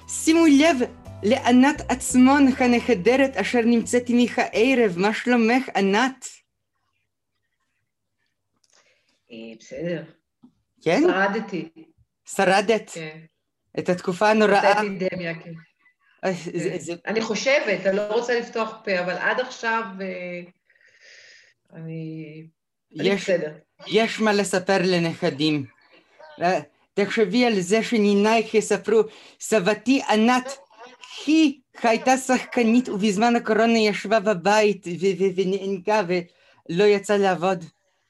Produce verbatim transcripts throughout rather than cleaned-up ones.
שימו לב לענת עצמון הנהדרת אשר נמצאת עמך הערב. מה שלומך, ענת? בסדר. כן? שרדתי. שרדת? כן. את התקופה הנוראה? את האפידמיה, כן. אני חושבת, אני לא רוצה לפתוח פה, אבל עד עכשיו אני בסדר. יש מה לספר לנכדים. תחשבי על זה שנינייך יספרו, סבתי ענת, היא הייתה שחקנית ובזמן הקורונה ישבה בבית ונענקה ולא יצאה לעבוד.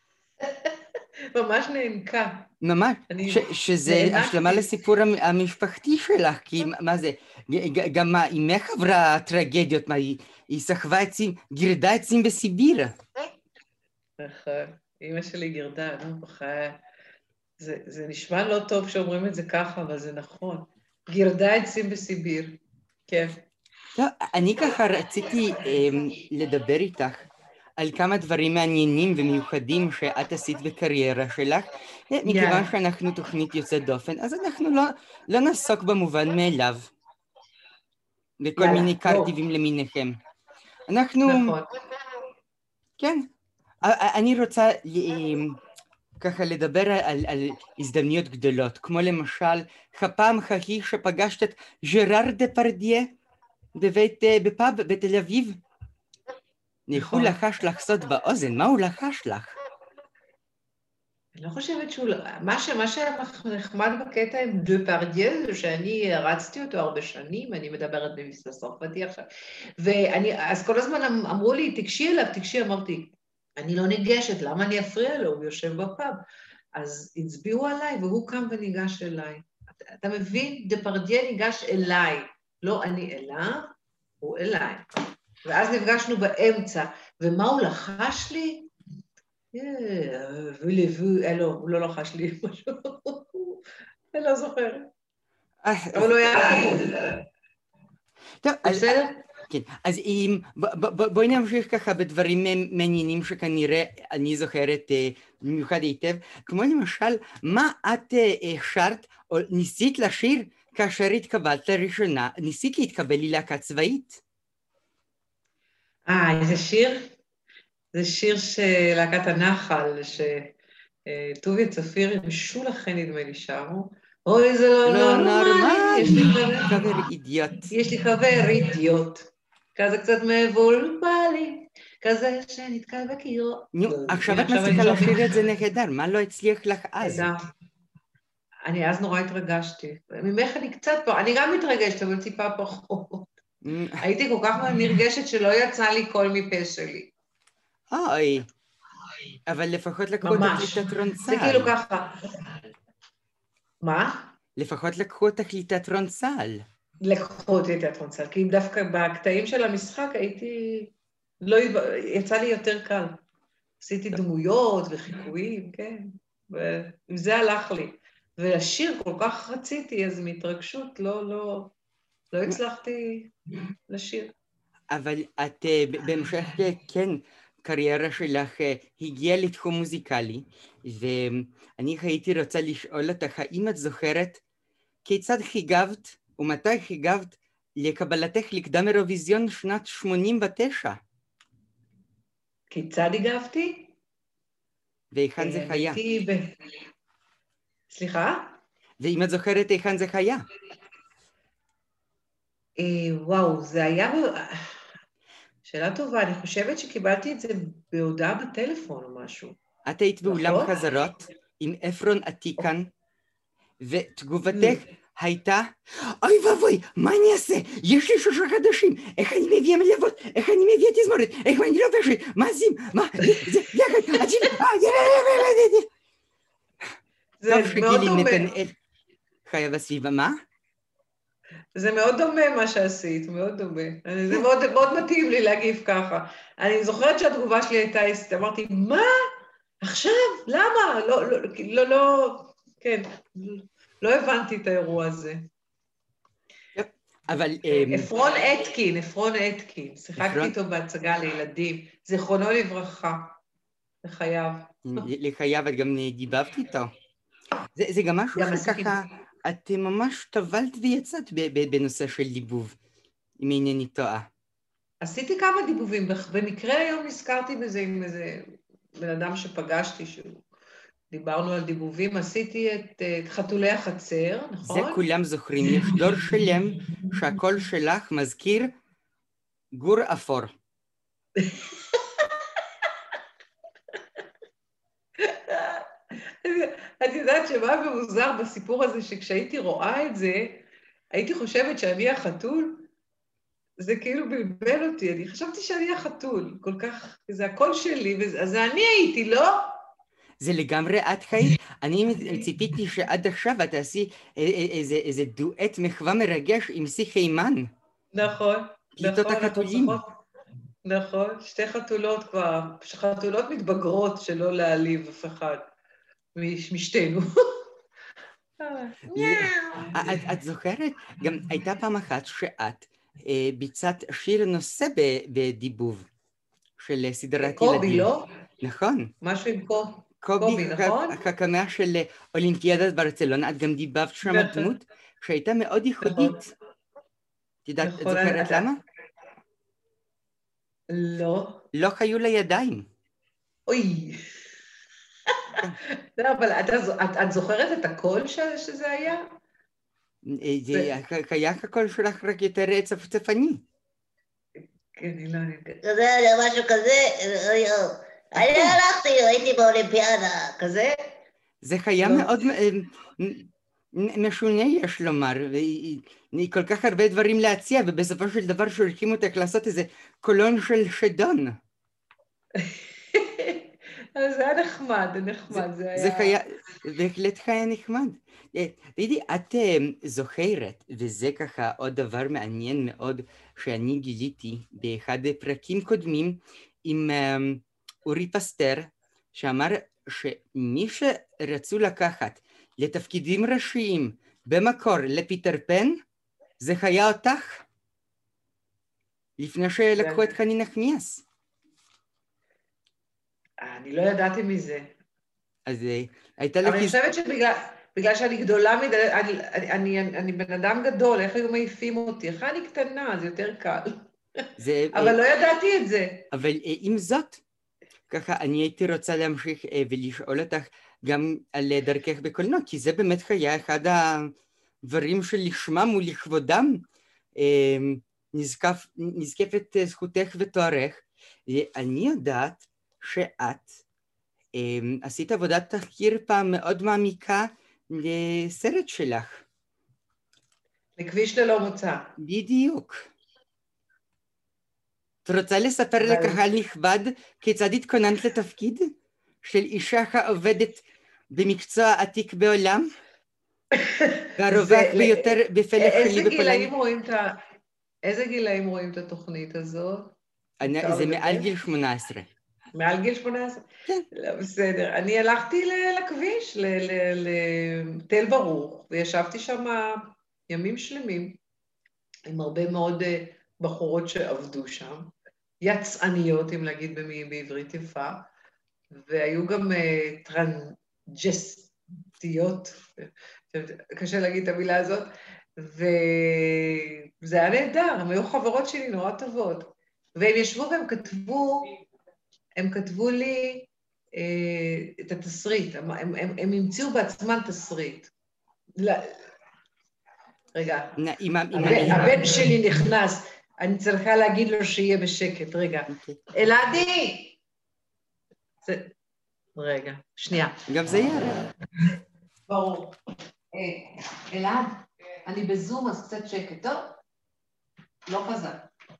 ממש נענקה. ממש, שזה השלמה לסיפור המשפחתי שלך, כי מה זה, גם אמך עברה טרגדיות, מה היא סחבה עצים, גירדה עצים בסיביר. נכון, אמא שלי גירדה, נו, בחיי. זה, זה נשמע לא טוב שאומרים את זה ככה, אבל זה נכון. גירדה עצים בסיביר, כן. טוב, אני ככה רציתי לדבר איתך על כמה דברים מעניינים ומיוחדים שאת עשית בקריירה שלך, מכיוון שאנחנו תוכנית יוצאת דופן, אז אנחנו לא, לא נעסוק במובן מאליו, וכל מיני קרטיבים למיניכם. אנחנו... נכון. כן. אני רוצה ככה לדבר על, על הזדמנויות גדולות, כמו למשל, הפעם ההיא שפגשת את ז'ראר דפרדיה בבית, בפאב בתל אביב. הוא לחש לך סוד באוזן, מה הוא לחש לך? אני לא חושבת שהוא... מה שהיה נחמד בקטע עם דפרדיה, זה שאני רצתי אותו הרבה שנים, אני מדברת במבטא צרפתי עכשיו, ואז כל הזמן אמרו לי, תיגשי אליו, תיגשי, אמרתי, אני לא ניגשת, למה אני אפריע לו? הוא יושב בפאב. אז הצביעו עליי, והוא קם וניגש אליי. אתה, אתה מבין? דפרדיה ניגש אליי, לא אני אליו, הוא אליי. ואז נפגשנו באמצע, ומה הוא לחש לי? לא, הוא לא לחש לי משהו, אני לא זוכרת. אבל הוא היה... טוב, בסדר? כן, אז בואי נמשיך ככה בדברים מעניינים שכנראה אני זוכרת במיוחד היטב, כמו למשל, מה את שרת או ניסית לשיר כאשר התקבלת לראשונה, ניסית להתקבל ללהקה צבאית? אה, איזה שיר? זה שיר של להקת הנחל, שטוביה צפיר עם שולחן נדמה לי שרו, אוי זה לא נורמלי, יש לי חבר אידיוט. יש לי חבר אידיוט, כזה קצת מבולבלי, כזה שנתקל בקירו. נו, עכשיו את מצליחה לשיר את זה נהדר, מה לא הצליח לך אז? אני אז נורא התרגשתי, ממך אני קצת פה, אני גם מתרגשת, אבל טיפה פחות. הייתי כל כך נרגשת שלא יצא לי קול מפה שלי. אוי, אבל לפחות לקחו אותך לתיאטרון צה"ל. זה כאילו ככה. מה? לפחות לקחו אותך לתיאטרון צה"ל. לקחו אותי לתיאטרון צה"ל, כי דווקא בקטעים של המשחק הייתי, לא, יצא לי יותר קל. עשיתי דמויות וחיקויים, כן, ועם זה הלך לי. ולשיר כל כך רציתי, אז מהתרגשות לא, לא, לא הצלחתי לשיר. אבל את בהמשך, כן, קריירה שלך הגיעה לתחום מוזיקלי, ואני הייתי רוצה לשאול אותך, האם את זוכרת כיצד חיגבת ומתי חיגבת לקבלתך לקדם אירוויזיון שנת שמונים ותשע? כיצד הגבתי? והיכן זה היה? ב... סליחה? ואם את זוכרת היכן זה היה? וואו, זה היה... שאלה טובה, אני חושבת שקיבלתי את זה בהודעה בטלפון או משהו. את היית באולם חזרות עם אפרון עתיקן, ותגובתך הייתה, אוי ואבוי, מה אני אעשה? יש לי שלושה חדשים, איך אני מביאה מלוות, איך אני מביאה תזמורת, איך אני לא פשוט, מה עושים, מה, זה, יחד, עדים, אה, יאללה, טוב שגילי נתנאל חיה בסביבה, מה? זה מאוד דומה מה שעשית, מאוד דומה. זה מאוד, מאוד מתאים לי להגיב ככה. אני זוכרת שהתגובה שלי הייתה, אמרתי, מה? עכשיו? למה? לא, לא, לא, לא, כן, לא הבנתי את האירוע הזה. אבל... אפרון אתקין, אפרון אתקין, שיחקתי איתו בהצגה לילדים, זיכרונו לברכה, לחייו. לחייו, את גם דיבבת איתו. זה גם משהו שככה את ממש טבלת ויצאת בנושא של דיבוב, אם אינני טועה. עשיתי כמה דיבובים, במקרה היום נזכרתי בזה עם איזה בן אדם שפגשתי, דיברנו על דיבובים, עשיתי את, את חתולי החצר, נכון? זה כולם זוכרים, יש דור שלם שהקול שלך מזכיר גור אפור. את יודעת שמה במוזר בסיפור הזה, שכשהייתי רואה את זה, הייתי חושבת שאני החתול, זה כאילו בלבל אותי, אני חשבתי שאני החתול, כל כך, זה הקול שלי, אז זה אני הייתי, לא? זה לגמרי את חיית. אני ציפיתי שעד עכשיו את תעשי איזה, איזה דואט מחווה מרגש עם סי חיימן. נכון, פליטות נכון, החתולים. נכון, נכון, שתי חתולות כבר, חתולות מתבגרות שלא להעליב אף אחד, משתינו. את, את זוכרת? גם הייתה פעם אחת שאת אה, ביצעת שיר נושא בדיבוב של סדרת ילדים. קובי, לא? נכון. משהו עם קובי. קובי, נכון? הקקמה של אולימפיאדת ברצלונה, את גם דיבבת שם דמות שהייתה מאוד ייחודית. את יודעת, את זוכרת למה? לא. לא היו לה ידיים. אוי. לא, אבל את זוכרת את הקול שזה היה? זה היה הקול שלך רק יותר צפצפני. כן, אני לא יודעת. זה היה משהו כזה, אני הלכתי, הייתי באולימפיאדה, כזה. זה היה מאוד משונה, יש לומר, וכל כך הרבה דברים להציע, ובסופו של דבר שולחים אותך לעשות איזה קולון של שדון. זה היה נחמד, זה נחמד, זה היה... זה היה, בהחלט היה נחמד. תגידי, את זוכרת, וזה ככה עוד דבר מעניין מאוד שאני גיליתי באחד פרקים קודמים עם אורי פסטר, שאמר שמי שרצו לקחת לתפקידים ראשיים במקור לפיטר פן, זה היה אותך, לפני שלקחו את חני נחמיאס. אני לא ידעתי מזה. אז הייתה לך... אבל אני חושבת שבגלל שאני גדולה מדי, אני בן אדם גדול, איך היו מעיפים אותי? איך אני קטנה, זה יותר קל. אבל לא ידעתי את זה. אבל עם זאת, ככה אני הייתי רוצה להמשיך ולשאול אותך גם על דרכך בקולנוע, כי זה באמת היה אחד הדברים שלשמם ולכבודם נזקפת זכותך ותוארך. אני יודעת שאת עשית עבודת תחקיר פעם מאוד מעמיקה לסרט שלך. לכביש ללא מוצא. בדיוק. את רוצה לספר לקהל נכבד כיצד התכוננת לתפקיד של אישה העובדת במקצוע עתיק בעולם? והרווח ביותר בפלח שלי בפולניה. איזה גילאים רואים את התוכנית הזאת? זה מעל גיל שמונה עשרה. מעל גיל שמונה עשרה? כן. לא, בסדר. אני הלכתי לכביש, לתל ברוך, וישבתי שם ימים שלמים, עם הרבה מאוד בחורות שעבדו שם, יצעניות, אם להגיד בעברית יפה, והיו גם טרנג'סטיות, קשה להגיד את המילה הזאת, וזה היה נהדר, הם היו חברות שלי נורא טובות, והם ישבו והם כתבו, הם כתבו לי אה, את התסריט, הם, הם, הם, הם המציאו בעצמם תסריט. לא, רגע, הבן, הבן שלי נכנס, אני צריכה להגיד לו שיהיה בשקט, רגע. אלעדי! זה, רגע, שנייה. גם זה יהיה. ברור. אלעד, אני בזום, אז קצת שקט, טוב? לא חזק.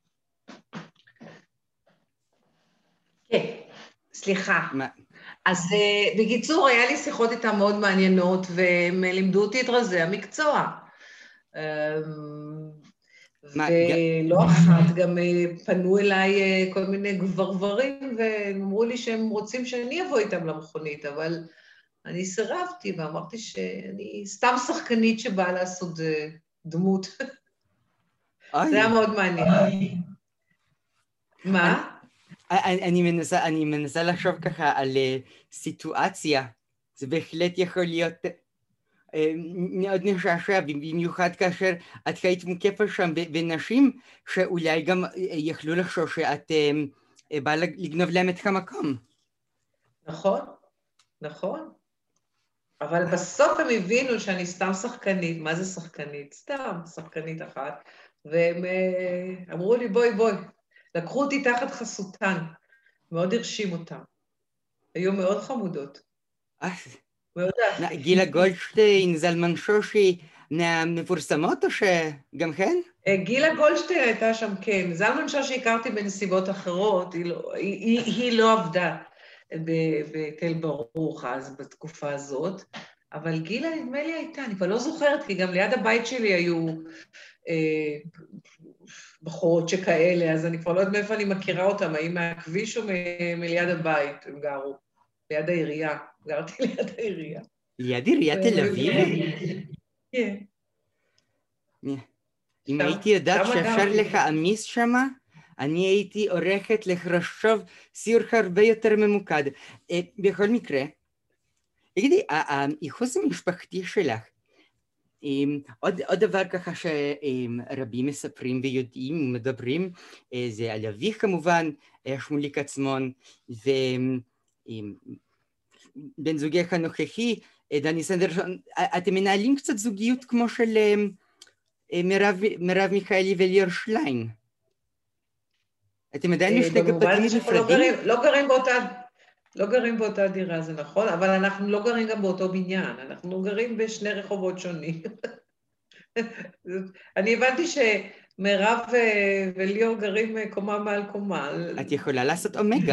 כן, סליחה. מה? אז בקיצור, היה לי שיחות איתם מאוד מעניינות, והם לימדו אותי את רזי המקצוע. ולא אחת, גם פנו אליי כל מיני גברברים, והם אמרו לי שהם רוצים שאני אבוא איתם למכונית, אבל אני סירבתי, ואמרתי שאני סתם שחקנית שבאה לעשות דמות. זה היה מאוד מעניין. מה? אני מנסה, אני מנסה לחשוב ככה על סיטואציה, זה בהחלט יכול להיות, מאוד נשעשע, במיוחד כאשר את היית מוקפת שם בנשים שאולי גם יכלו לחשוב שאת באה לגנוב להם את המקום. נכון, נכון. אבל בסוף הם הבינו שאני סתם שחקנית. מה זה שחקנית? סתם שחקנית אחת. והם אמרו לי, בואי, בואי. לקחו אותי תחת חסותן. מאוד הרשים אותם. היו מאוד חמודות. מאוד אהבתי. גילה גולדשטיין, זלמן שושי, מהמפורסמות או שגם כן? גילה גולדשטיין הייתה שם, כן. זלמן שושי הכרתי בנסיבות אחרות. היא לא, היא, היא לא עבדה בתל ברוך אז, בתקופה הזאת. אבל גילה נדמה לי הייתה, אני כבר לא זוכרת, כי גם ליד הבית שלי היו אה, בחורות שכאלה, אז אני כבר לא יודעת מאיפה אני מכירה אותם, האם מהכביש או מ- מליד הבית הם גרו, ליד העירייה, גרתי ליד העירייה. ליד עיריית תל אביב? כן. אם הייתי יודעת שאפשר להעמיס שמה, אני הייתי עורכת לחשוב סיור הרבה יותר ממוקד. בכל מקרה, תגידי, הייחוס המשפחתי שלך, עוד, עוד דבר ככה שרבים מספרים ויודעים ומדברים, זה על אביך כמובן, שמוליק עצמון, ובן זוגך הנוכחי, דני סנדרסון, אתם מנהלים קצת זוגיות כמו של מרב, מרב מיכאלי וליאור שליין. אתם עדיין משני בתים נפרדים? לא גרים באותה... לא גרים באותה דירה, זה נכון, אבל אנחנו לא גרים גם באותו בניין, אנחנו גרים בשני רחובות שונים. אני הבנתי שמרב וליאור גרים קומה מעל קומה. את יכולה לעשות אומגה.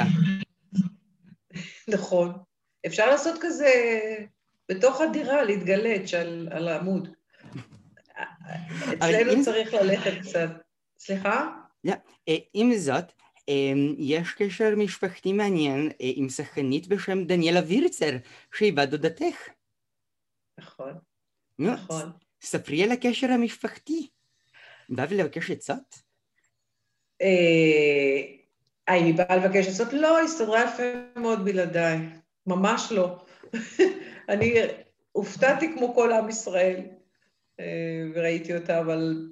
נכון. אפשר לעשות כזה בתוך הדירה, להתגלץ' על, על העמוד. אצלנו צריך ללכת קצת. סליחה? לא, עם זאת, יש קשר משפחתי מעניין עם שחקנית בשם דניאלה וירצר, שהיא בת דודתך. נכון, נו, נכון. ספרי על הקשר המשפחתי. בא ולבקש עצות? האם היא באה לבקש עצות? לא, הסתדרה יפה מאוד בלעדיי. ממש לא. אני הופתעתי כמו כל עם ישראל, וראיתי אותה, אבל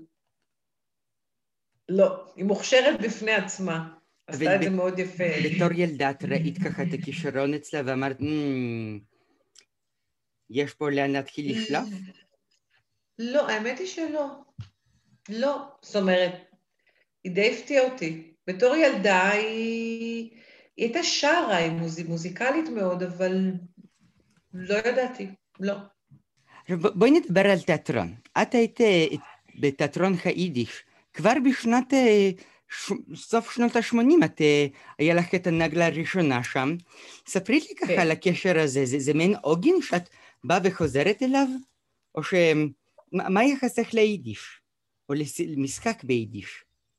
לא, היא מוכשרת בפני עצמה. עשתה את זה מאוד יפה. בתור ילדה, את ראית ככה את הכישרון אצלה ואמרת, יש פה לאן להתחיל לשלוף? לא, האמת היא שלא. לא. זאת אומרת, היא די הפתיעה אותי. בתור ילדה היא, היא הייתה שרה, היא מוזיקלית מאוד, אבל לא ידעתי, לא. בואי נדבר על תיאטרון. את היית בתיאטרון היידיש. כבר בשנת, סוף שנות ה-שמונים, את היה לך את הנגלה הראשונה שם. ספרי לי ככה על הקשר הזה, זה, זה מעין עוגן שאת באה וחוזרת אליו? או ש... מה יחסך ליידיש? או למשחק ביידיש?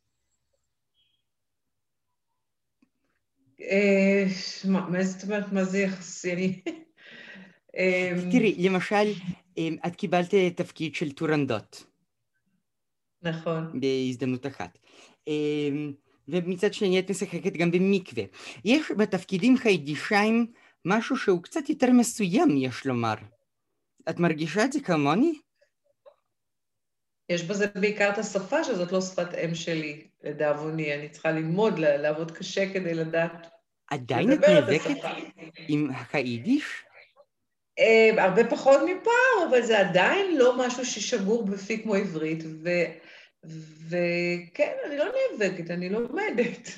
מה זאת אומרת, מה זה יחסי? תראי, למשל, את קיבלת תפקיד של טורנדות. נכון. בהזדמנות אחת. ומצד שני את משחקת גם במקווה. יש בתפקידים היידישיים משהו שהוא קצת יותר מסוים, יש לומר. את מרגישה את זה כמוני? יש בזה בעיקר את השפה, שזאת לא שפת אם שלי, לדאבוני. אני צריכה ללמוד, לעבוד קשה כדי לדעת. עדיין את נאבקת עם היידיש? הרבה פחות מפעם, אבל זה עדיין לא משהו ששגור בפי כמו עברית, וכן, אני לא נאבקת, אני לומדת.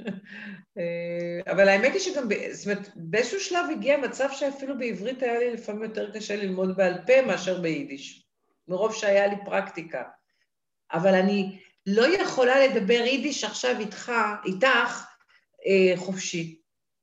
אבל האמת היא שגם, זאת אומרת, באיזשהו שלב הגיע מצב שאפילו בעברית היה לי לפעמים יותר קשה ללמוד בעל פה מאשר ביידיש, מרוב שהיה לי פרקטיקה. אבל אני לא יכולה לדבר יידיש עכשיו איתך, איתך, חופשי.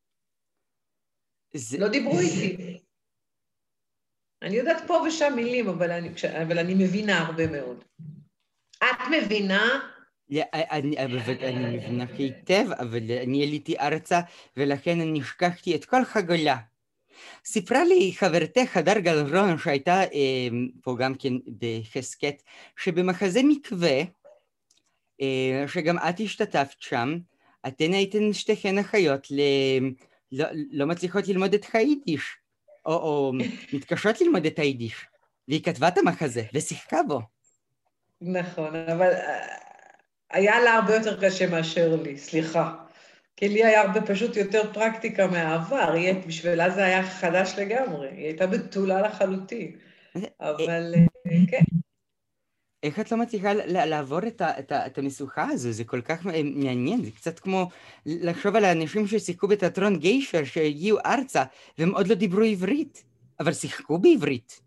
לא דיברו איתי. אני יודעת פה ושם מילים, אבל אני, אבל אני מבינה הרבה מאוד. את מבינה? אני, אני מבינה היטב, אבל אני עליתי ארצה, ולכן אני השכחתי את כל חגולה. סיפרה לי חברתך הדר גלרון, שהייתה אה, פה גם כן בחסקט, שבמחזה מקווה, אה, שגם את השתתפת שם, אתן הייתן שתיכן אחיות, ל... לא, לא מצליחות ללמוד את היידיש, או, או מתקשות ללמוד את היידיש. והיא כתבה את המחזה ושיחקה בו. נכון, אבל היה לה הרבה יותר קשה מאשר לי, סליחה. כי לי היה הרבה פשוט יותר פרקטיקה מהעבר, בשבילה זה היה חדש לגמרי, היא הייתה בתולה לחלוטין. אבל כן. איך את לא מצליחה לעבור את המשוכה הזו? זה כל כך מעניין, זה קצת כמו לחשוב על האנשים ששיחקו בתיאטרון גיישר שהגיעו ארצה, והם עוד לא דיברו עברית, אבל שיחקו בעברית.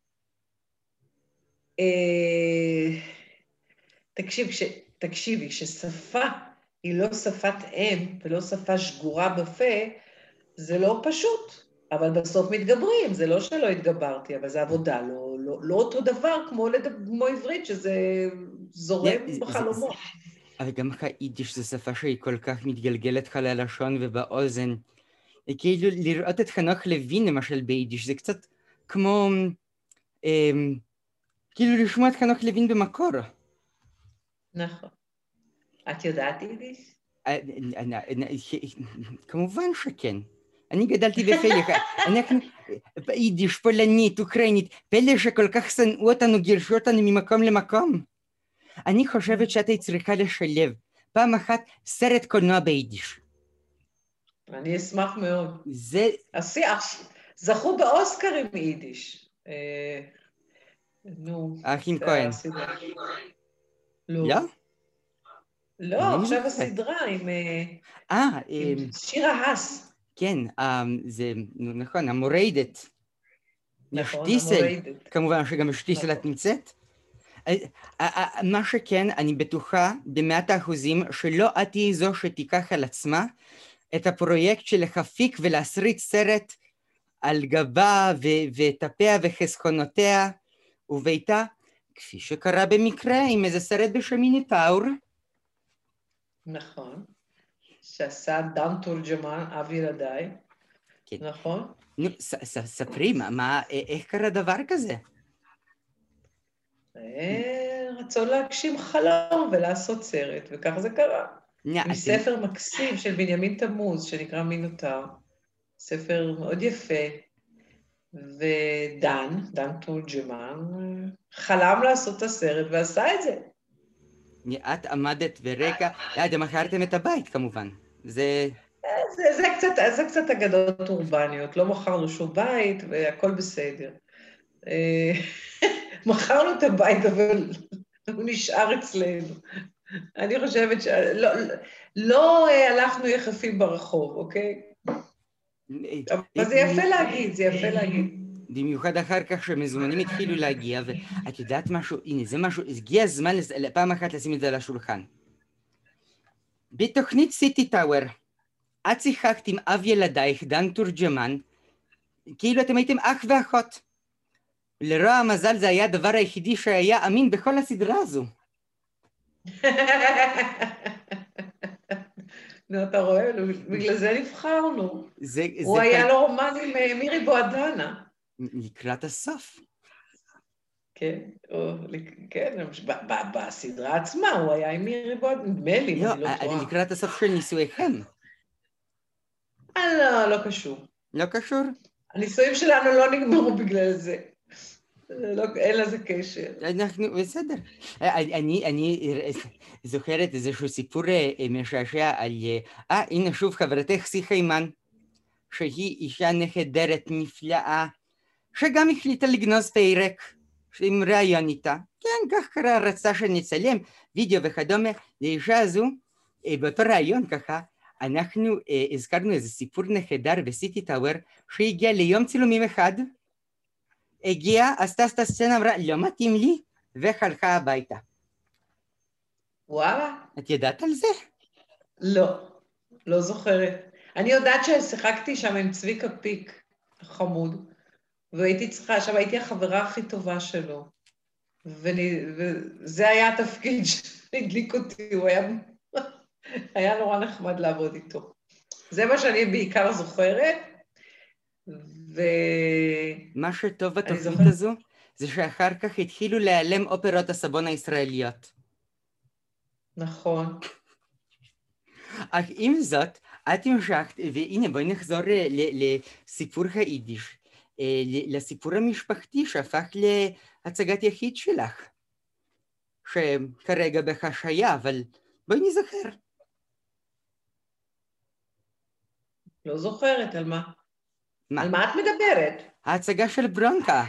תקשיבי, כששפה היא לא שפת אם ולא שפה שגורה בפה, זה לא פשוט, אבל בסוף מתגברים, זה לא שלא התגברתי, אבל זה עבודה, לא, לא, לא אותו דבר כמו, לדבר, כמו עברית, שזה זורם בחלומות. אבל גם היידיש זו שפה שהיא כל כך מתגלגלת לך ללשון ובאוזן. כאילו לראות את חנוך לוין למשל ביידיש, זה קצת כמו, אה, כאילו לשמוע את חנוך לוין במקור. נכון. את יודעת יידיש? כמובן שכן. אני גדלתי בפלך, אנחנו יידיש, פולנית, אוקראינית, פלא שכל כך שנאו אותנו, גירשו אותנו ממקום למקום. אני חושבת שאת צריכה לשלב פעם אחת סרט קולנוע ביידיש. אני אשמח מאוד. זה... זכו באוסקרים ביידיש. נו. האחים כהן. לא? לא, עכשיו הסדרה עם... אה, שירה האס. כן, זה נכון, המורדת. נכון, המורדת. כמובן שגם שטיסל את נמצאת. מה שכן, אני בטוחה במאת האחוזים שלא את תהי זו שתיקח על עצמה את הפרויקט של להפיק ולהסריט סרט על גבה וטפיה וחסכונותיה וביתה, כפי שקרה במקרה עם איזה סרט בשם מיניטאור. נכון. שעשה דן תורג'מן, אבי ילדיי. נכון? נו, ספרי, איך קרה דבר כזה? רצון להגשים חלום ולעשות סרט, וכך זה קרה. מספר מקסים של בנימין תמוז, שנקרא מינוטאור. ספר מאוד יפה. ודן, דן תורג'מן, חלם לעשות את הסרט ועשה את זה. את עמדת ברקע, אתם מכרתם את הבית כמובן. זה... זה, זה קצת, זה קצת אגדות אורבניות, לא מכרנו שום בית והכל בסדר. מכרנו את הבית, אבל הוא נשאר אצלנו. אני חושבת שלא לא הלכנו יחפים ברחוב, אוקיי? אבל זה יפה להגיד, זה יפה להגיד. במיוחד אחר כך שמזומנים התחילו להגיע, ואת יודעת משהו, הנה זה משהו, הגיע הזמן פעם אחת לשים את זה על השולחן. בתוכנית סיטי טאוור, את שיחקת עם אב ילדייך, דן תורג'מן, כאילו אתם הייתם אח ואחות. לרוע המזל זה היה הדבר היחידי שהיה אמין בכל הסדרה הזו. נו, אתה רואה, בגלל זה נבחרנו. הוא היה לו רומן עם מירי בועדנה. לקראת הסוף. כן, כן, בסדרה עצמה הוא היה עם מירי בועדנה, נדמה לי, אני לא טועה. לקראת הסוף של נישואיכם. לא, לא קשור. לא קשור? הנישואים שלנו לא נגמרו בגלל זה. אין לזה קשר. אנחנו, בסדר. אני, אני זוכרת איזשהו סיפור משעשע על, אה, הנה שוב חברתך סי חיימן, שהיא אישה נהדרת נפלאה, שגם החליטה לגנוז פרק עם רעיון איתה. כן, כך קרה, רצה שנצלם וידאו וכדומה. לאישה הזו, באותו רעיון ככה, אנחנו הזכרנו איזה סיפור נהדר בסיטי טאוור, שהגיע ליום צילומים אחד, הגיעה, עשתה את הסצנה, אמרה, לא מתאים לי, וחלכה הביתה. וואלה. את יודעת על זה? לא, לא זוכרת. אני יודעת ששיחקתי שם עם צביקה פיק, חמוד, והייתי צריכה, עכשיו הייתי החברה הכי טובה שלו, וזה היה התפקיד שהדליק אותי, הוא היה, היה נורא נחמד לעבוד איתו. זה מה שאני בעיקר זוכרת, ו... מה שטוב בתוכנית הזו, זה שאחר כך התחילו להיעלם אופרות הסבון הישראליות. נכון. אך עם זאת, את המשכת, והנה בואי נחזור לסיפור היידיש. לסיפור המשפחתי שהפך להצגת יחיד שלך, שכרגע בחשיה, אבל בואי נזכר. לא זוכרת על מה. מה? על מה את מדברת? ההצגה של ברונקה.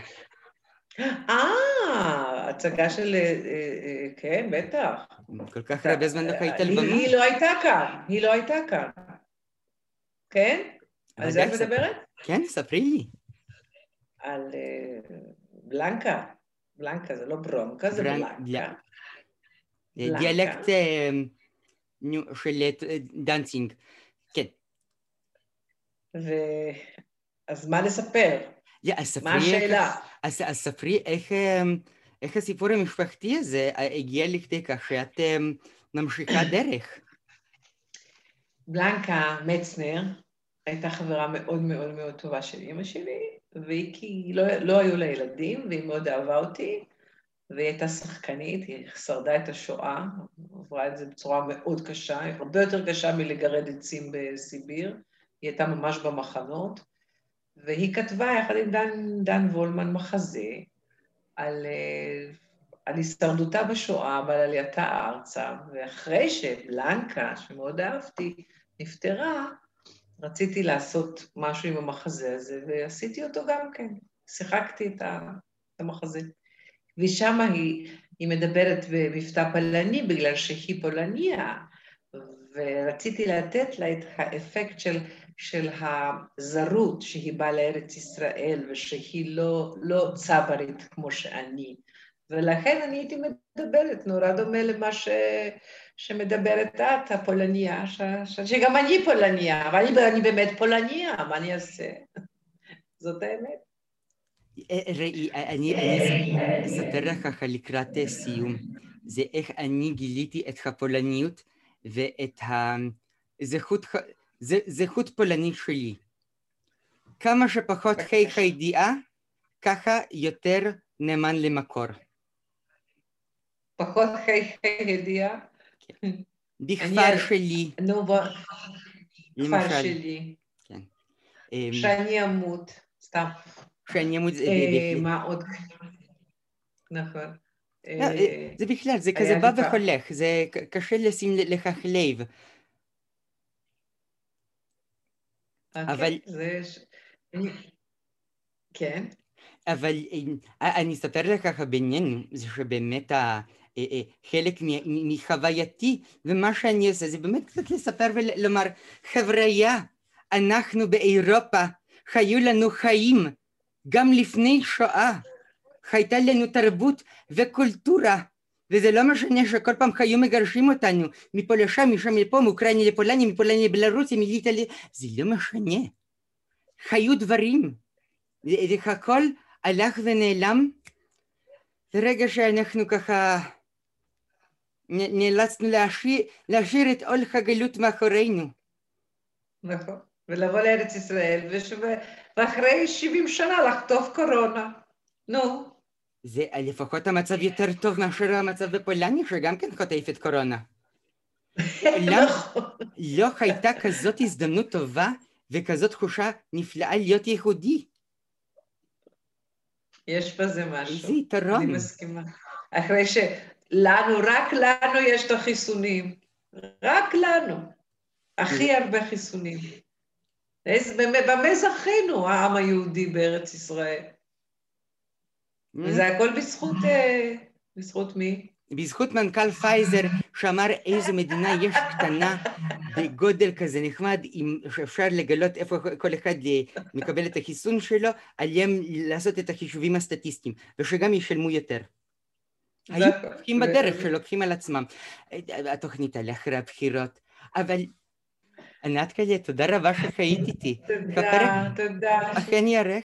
אה, הצגה של... כן, בטח. כל כך הרבה זמן לא היית על במה. היא לא הייתה כאן, היא לא הייתה כאן. כן? על זה את מדברת? כן, ספרי לי. על בלנקה. בלנקה, זה לא ברונקה, זה בלנקה. דיאלקט של דנצינג. כן. אז מה לספר? מה השאלה? אז ספרי איך הסיפור המשפחתי הזה הגיע לכדי כך שאת ממשיכה דרך. בלנקה מצנר הייתה חברה מאוד מאוד מאוד טובה של אמא שלי, והיא כי לא, לא היו לה ילדים, והיא מאוד אהבה אותי, והיא הייתה שחקנית, היא שרדה את השואה, עברה את זה בצורה מאוד קשה, הרבה יותר קשה מלגרד עצים בסיביר, היא הייתה ממש במחנות, והיא כתבה יחד עם דן, דן וולמן מחזה על, על הישרדותה בשואה ועל עלייתה ארצה, ואחרי שבלנקה, שמאוד אהבתי, נפטרה, רציתי לעשות משהו עם המחזה הזה, ועשיתי אותו גם כן. שיחקתי את המחזה. ושם היא, היא מדברת במבטא פולני, בגלל שהיא פולניה, ורציתי לתת לה את האפקט של, של הזרות שהיא באה לארץ ישראל, ושהיא לא, לא צברית כמו שאני. ולכן אני הייתי מדברת, נורא דומה למה ש... שמדברת את, הפולניה, ש... ש... שגם אני פולניה, אבל אני, אני באמת פולניה, מה אני אעשה? זאת האמת. ראי, אני אספר לך ככה לקראת סיום, זה איך אני גיליתי את הפולניות ואת הזכות פולנית שלי. כמה שפחות חי הידיעה, ככה יותר נאמן למקור. פחות חי הידיעה? בכפר שלי. נו, בכפר שלי. כן. שאני אמות, סתם. שאני אמות, זה בכלל. מה עוד? נכון. זה בכלל, זה כזה בא וחולך, זה קשה לשים לך לב. אבל... כן. אבל אני אספר לך ככה בעניין, זה שבאמת חלק מחווייתי, ומה שאני עושה, זה באמת קצת לספר ולומר, חבריה, אנחנו באירופה, חיו לנו חיים, גם לפני שואה, חייתה לנו תרבות וקולטורה, וזה לא משנה שכל פעם חיו מגרשים אותנו, מפה לשם, משם לפה, מאוקראינה לפולניה, מפולניה לבלרוסיה, מליטליה, זה לא משנה. חיו דברים, הכל הלך ונעלם, ברגע שאנחנו ככה נאלצנו להשאיר, להשאיר את עול הגלות מאחורינו. נכון, ולבוא לארץ ישראל, ואחרי שבעים שנה לחטוף קורונה. נו. זה לפחות המצב יותר טוב מאשר המצב בפולניה, שגם כן חוטפת קורונה. לא הייתה כזאת הזדמנות טובה, וכזאת תחושה נפלאה להיות יהודי. יש בזה משהו. איזה יתרון. אני מסכימה. אחרי שלנו, רק לנו יש את החיסונים. רק לנו. הכי הרבה חיסונים. במה זכינו העם היהודי בארץ ישראל? וזה הכל בזכות, בזכות מי? בזכות מנכ"ל פייזר, שאמר איזו מדינה יש קטנה, בגודל כזה נחמד, שאפשר לגלות איפה כל אחד מקבל את החיסון שלו, עליהם לעשות את החישובים הסטטיסטיים, ושגם ישלמו יותר. היו לוקחים בדרך שלוקחים על עצמם. התוכנית על אחרי הבחירות, אבל ענת קליה, תודה רבה שחיית איתי. תודה, תודה. אכן ירח.